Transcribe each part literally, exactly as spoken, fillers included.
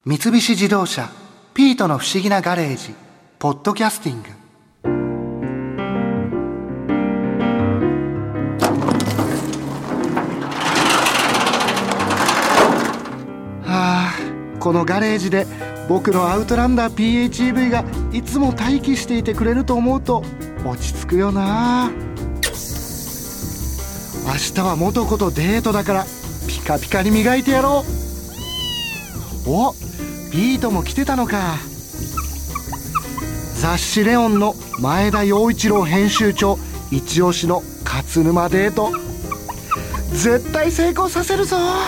三菱自動車ピートの不思議なガレージポッドキャスティング。はあ、このガレージで僕のアウトランダー ピーエイチイーブイ がいつも待機していてくれると思うと落ち着くよな。明日は元子とデートだからピカピカに磨いてやろう。お、ピートも来てたのか。雑誌レオンの前田洋一郎編集長一押しの勝沼デート、絶対成功させるぞ。あ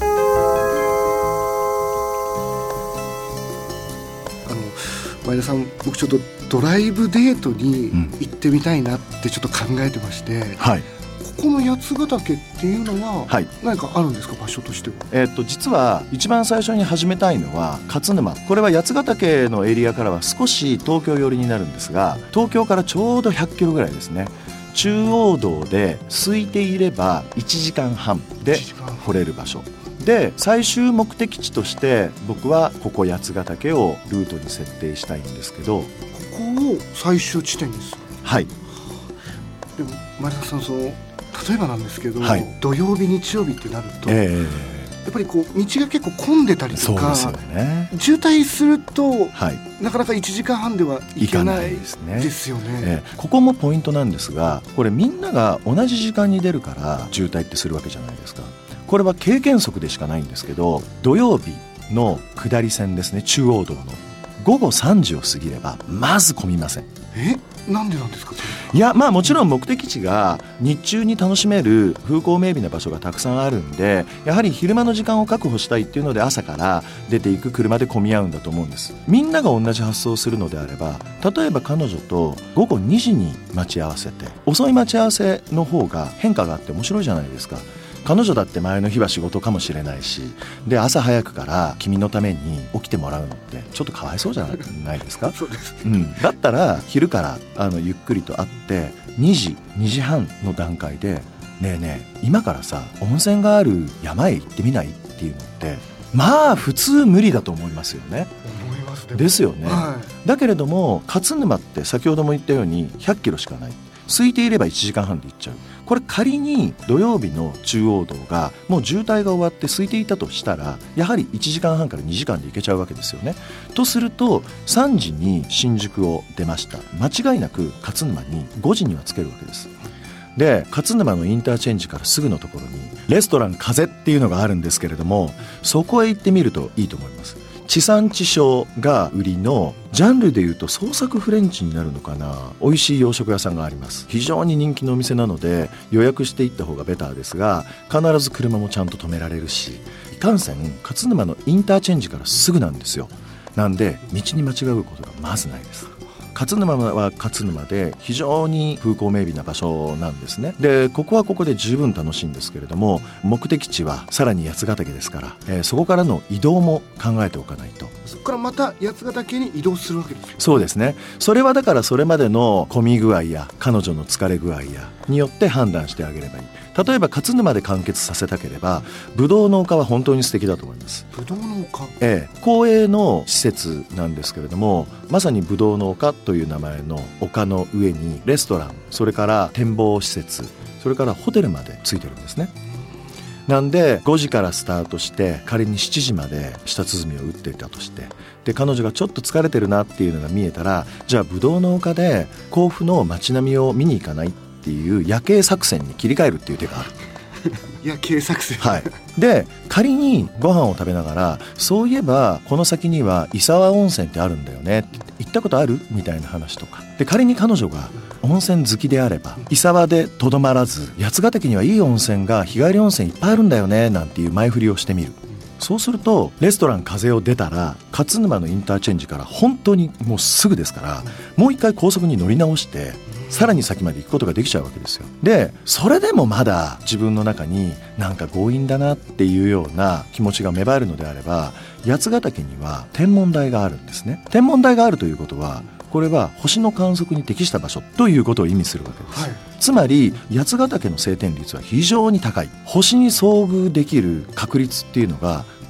の前田さん、僕ちょっとドライブデートに行ってみたいなってちょっと考えてまして、うん、はい、ここの八ヶ岳っていうのは何かあるんですか、場所としては。 えー、っと実は一番最初に始めたいのは勝沼。これは八ヶ岳のエリアからは少し東京寄りになるんですが、東京からちょうどひゃっキロぐらいですね。中央道で空いていればいちじかんはんで掘れる場所で、最終目的地として僕はここ八ヶ岳をルートに設定したいんですけど、ここを最終地点です。 はい。 でも前田さん、その例えばなんですけど、はい、土曜日日曜日ってなると、えー、やっぱりこう道が結構混んでたりとか、そうですよね、渋滞すると、はい、なかなかいちじかんはんでは行けないですよね。 えー、ここもポイントなんですが、これみんなが同じ時間に出るから渋滞ってするわけじゃないですか。これは経験則でしかないんですけど、土曜日の下り線ですね、中央道のごごさんじを過ぎればまず混みません。 え、なんでなんですか。 いや、まあもちろん目的地が日中に楽しめる風光明媚な場所がたくさんあるんで、やはり昼間の時間を確保したいっていうので朝から出ていく車で混み合うんだと思うんです。みんなが同じ発想をするのであれば、例えば彼女とごごにじに待ち合わせて、遅い待ち合わせの方が変化があって面白いじゃないですか。彼女だって前の日は仕事かもしれないし、で朝早くから君のために起きてもらうのってちょっとかわいそうじゃないですか。 そうです、 うん、だったら昼からあのゆっくりと会ってにじにじはんの段階で、ねえねえ今からさ温泉がある山へ行ってみないっていうのって、まあ普通無理だと思いますよね。 思いますね。 ですよね、はい、だけれども勝沼って先ほども言ったようにひゃっキロしかない。空いていればいちじかんはんで行っちゃう。これ仮に土曜日の中央道がもう渋滞が終わって空いていたとしたら、やはりいちじかんはんからにじかんで行けちゃうわけですよね。とするとさんじに新宿を出ました。間違いなく勝沼にごじには着けるわけです。で勝沼のインターチェンジからすぐのところにレストラン風っていうのがあるんですけれども、そこへ行ってみるといいと思います。地産地消が売りの、ジャンルでいうと創作フレンチになるのかな、美味しい洋食屋さんがあります。非常に人気のお店なので予約していった方がベターですが、必ず車もちゃんと止められるし、いかんせん勝沼のインターチェンジからすぐなんですよ。なんで道に間違うことがまずないです。勝沼は勝沼で非常に風光明媚な場所なんですね。でここはここで十分楽しいんですけれども、目的地はさらに八ヶ岳ですから、えー、そこからの移動も考えておかないと。 そこからまた八ヶ岳に移動するわけですよ。 そうですね。それはだからそれまでの混み具合や彼女の疲れ具合やによって判断してあげればいい。例えば勝沼で完結させたければ、ブドウの丘は本当に素敵だと思います。 ブドウの丘、 ええ、公営の施設なんですけれども、まさにブドウの丘という名前の丘の上にレストラン、それから展望施設、それからホテルまでついてるんですね。なんでごじからスタートして仮にしちじまで舌鼓を打っていたとして、で彼女がちょっと疲れてるなっていうのが見えたら、じゃあブドウの丘で甲府の街並みを見に行かないっていう夜景作戦に切り替えるっていう手がある。 夜景作戦、 はい、で仮にご飯を食べながら、そういえばこの先には伊沢温泉ってあるんだよねって、行ったことあるみたいな話とかで、仮に彼女が温泉好きであれば伊沢でとどまらず、八ヶ岳にはいい温泉が日帰り温泉いっぱいあるんだよねなんていう前振りをしてみる。そうするとレストラン風を出たら勝沼のインターチェンジから本当にもうすぐですから、もう一回高速に乗り直してさらに先まで行くことができちゃうわけですよ。でそれでもまだ自分の中になんか強引だなっていうような気持ちが芽生えるのであれば、八ヶ岳には天文台があるんですね。天文台があるということは、これは星の観測に適した場所ということを意味するわけです、はい、つまり八ヶ岳の晴天率は非常に高い。星に遭遇できる確率っていうのが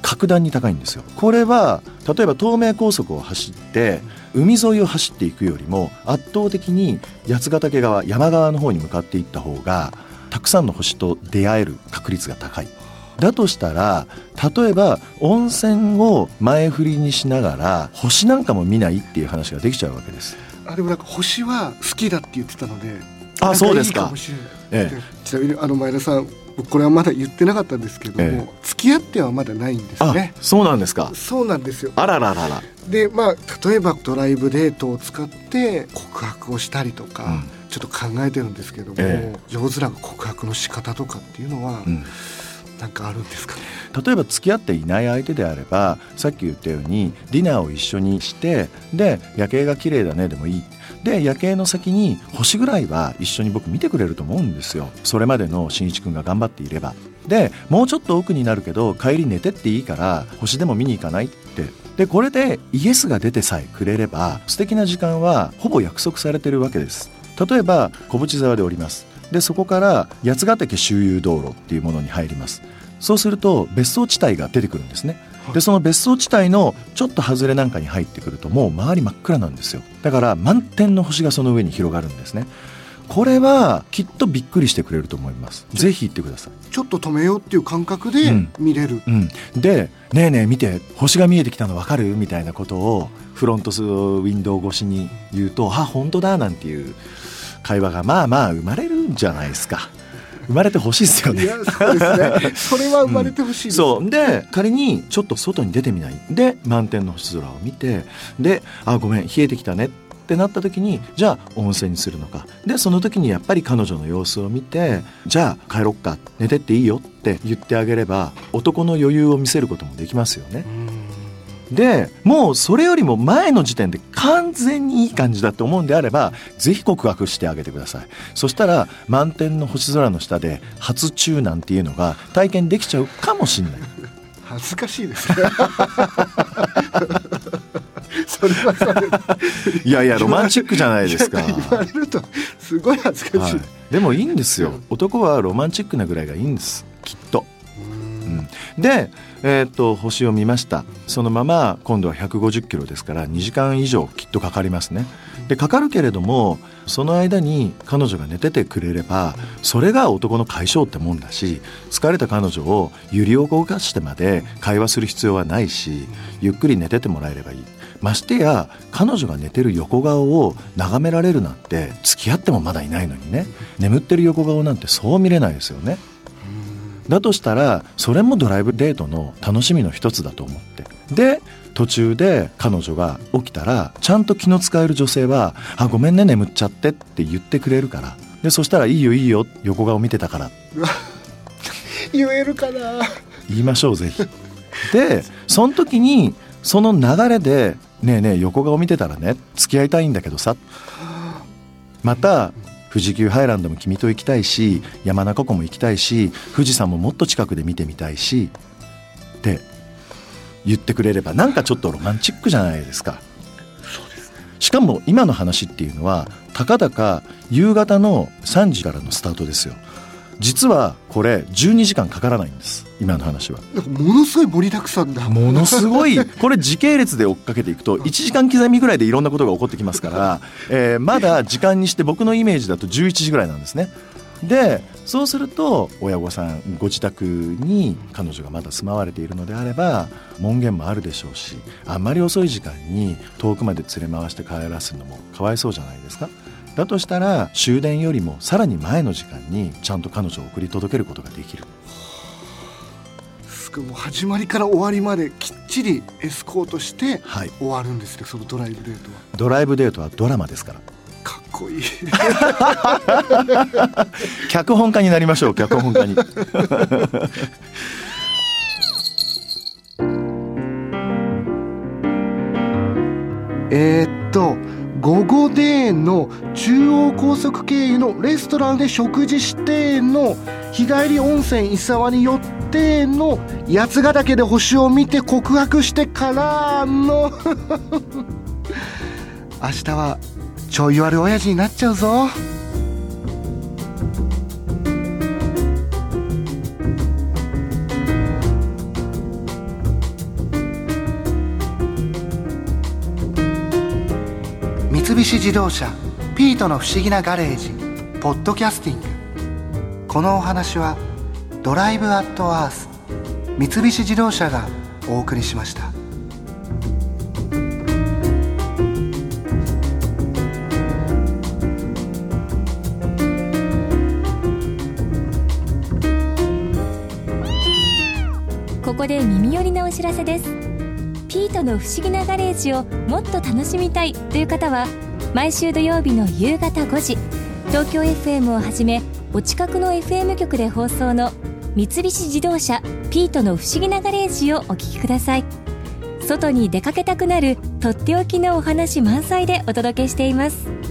格段に高いんですよ。これは例えば東名高速を走って海沿いを走っていくよりも圧倒的に八ヶ岳側、山側の方に向かっていった方がたくさんの星と出会える確率が高い。だとしたら例えば温泉を前振りにしながら星なんかも見ないっていう話ができちゃうわけです。 あでもなんか星は好きだって言ってたので、 あそうですか。いいかもしれない、ええ、ちなみにあの前田さん、これはまだ言ってなかったんですけども、ええ、付き合ってはまだないんですね。 あそうなんですか。 そうなんですよ。 あらららら。 でまあ例えばドライブデートを使って告白をしたりとか、うん、ちょっと考えてるんですけども、ええ、上手な告白の仕方とかっていうのは、うんなんかあるんですかね。 例えば付き合っていない相手であればさっき言ったようにディナーを一緒にしてで夜景が綺麗だねでもいいで夜景の先に星ぐらいは一緒に僕見てくれると思うんですよ。それまでのしんいち君が頑張っていれば。でもうちょっと奥になるけど帰り寝てっていいから星でも見に行かないってでこれでイエスが出てさえくれれば素敵な時間はほぼ約束されてるわけです。例えば小淵沢で降ります。でそこから八ヶ岳周遊道路っていうものに入ります。そうすると別荘地帯が出てくるんですね。でその別荘地帯のちょっと外れなんかに入ってくるともう周り真っ暗なんですよ。だから満天の星がその上に広がるんですね。これはきっとびっくりしてくれると思います。ぜひ行ってください。 ちょっと止めようっていう感覚で見れる、 うんうん、でねえねえ見て星が見えてきたの分かるみたいなことをフロントスウィンドウ越しに言うとあ本当だなんていう会話がまあまあ生まれるんじゃないですか。生まれてほしいですよね。 いやそうですね。それは生まれてほしいです、 うん、そうで仮にちょっと外に出てみないで満天の星空を見てであごめん冷えてきたねってなった時にじゃあ温泉にするのかでその時にやっぱり彼女の様子を見てじゃあ帰ろっか寝てっていいよって言ってあげれば男の余裕を見せることもできますよね。でもうそれよりも前の時点で完全にいい感じだと思うんであればぜひ告白してあげてください。そしたら満天の星空の下で初チューなんていうのが体験できちゃうかもしれない。 恥ずかしいですね。それはそれいやいやロマンチックじゃないですか。 言われるとすごい恥ずかしい、はい、 でもいいんですよ。男はロマンチックなぐらいがいいんですきっと。うん、で、えー、っと星を見ました。そのまま今度はひゃくごじゅっキロですからにじかん以上きっとかかりますね。でかかるけれどもその間に彼女が寝ててくれればそれが男の解消ってもんだし疲れた彼女を揺り動かしてまで会話する必要はないしゆっくり寝ててもらえればいい。ましてや彼女が寝てる横顔を眺められるなんて付き合ってもまだいないのにね眠ってる横顔なんてそう見れないですよね。だとしたらそれもドライブデートの楽しみの一つだと思ってで途中で彼女が起きたらちゃんと気の使える女性はあごめんね眠っちゃってって言ってくれるからでそしたらいいよいいよ横顔見てたから言えるかな言いましょうぜひ。でその時にその流れでねえねえ横顔見てたらね付き合いたいんだけどさまた富士急ハイランドも君と行きたいし山中湖も行きたいし富士山ももっと近くで見てみたいしって言ってくれればなんかちょっとロマンチックじゃないですか。 そうですね。 しかも今の話っていうのはたかだか夕方のさんじからのスタートですよ。実はこれじゅうにじかんかからないんです今の話は。 なんかものすごい盛りだくさんだ。 ものすごいこれ時系列で追っかけていくといちじかん刻みぐらいでいろんなことが起こってきますから、えー、まだ時間にして僕のイメージだとじゅういちじぐらいなんですね。でそうすると親御さんご自宅に彼女がまだ住まわれているのであれば門限もあるでしょうしあんまり遅い時間に遠くまで連れ回して帰らすのもかわいそうじゃないですか。だとしたら終電よりもさらに前の時間にちゃんと彼女を送り届けることができる。 もう始まりから終わりまできっちりエスコートして終わるんですね、はい、そのドライブデートは。 ドライブデートはドラマですから。 かっこいい脚本家になりましょう。脚本家にえーっと午後デーの中央高速経由のレストランで食事しての日帰り温泉伊沢に寄っての八ヶ岳で星を見て告白してからの明日はちょい悪親父になっちゃうぞ。 三菱自動車ピートの不思議なガレージポッドキャスティング。このお話はドライブアットアース三菱自動車がお送りしました。 ここで耳寄りなお知らせです。ピートの不思議なガレージをもっと楽しみたいという方は、毎週土曜日の夕方ごじ、東京 エフエム をはじめお近くの エフエム 局で放送の三菱自動車ピートの不思議なガレージをお聞きください。外に出かけたくなるとっておきのお話満載でお届けしています。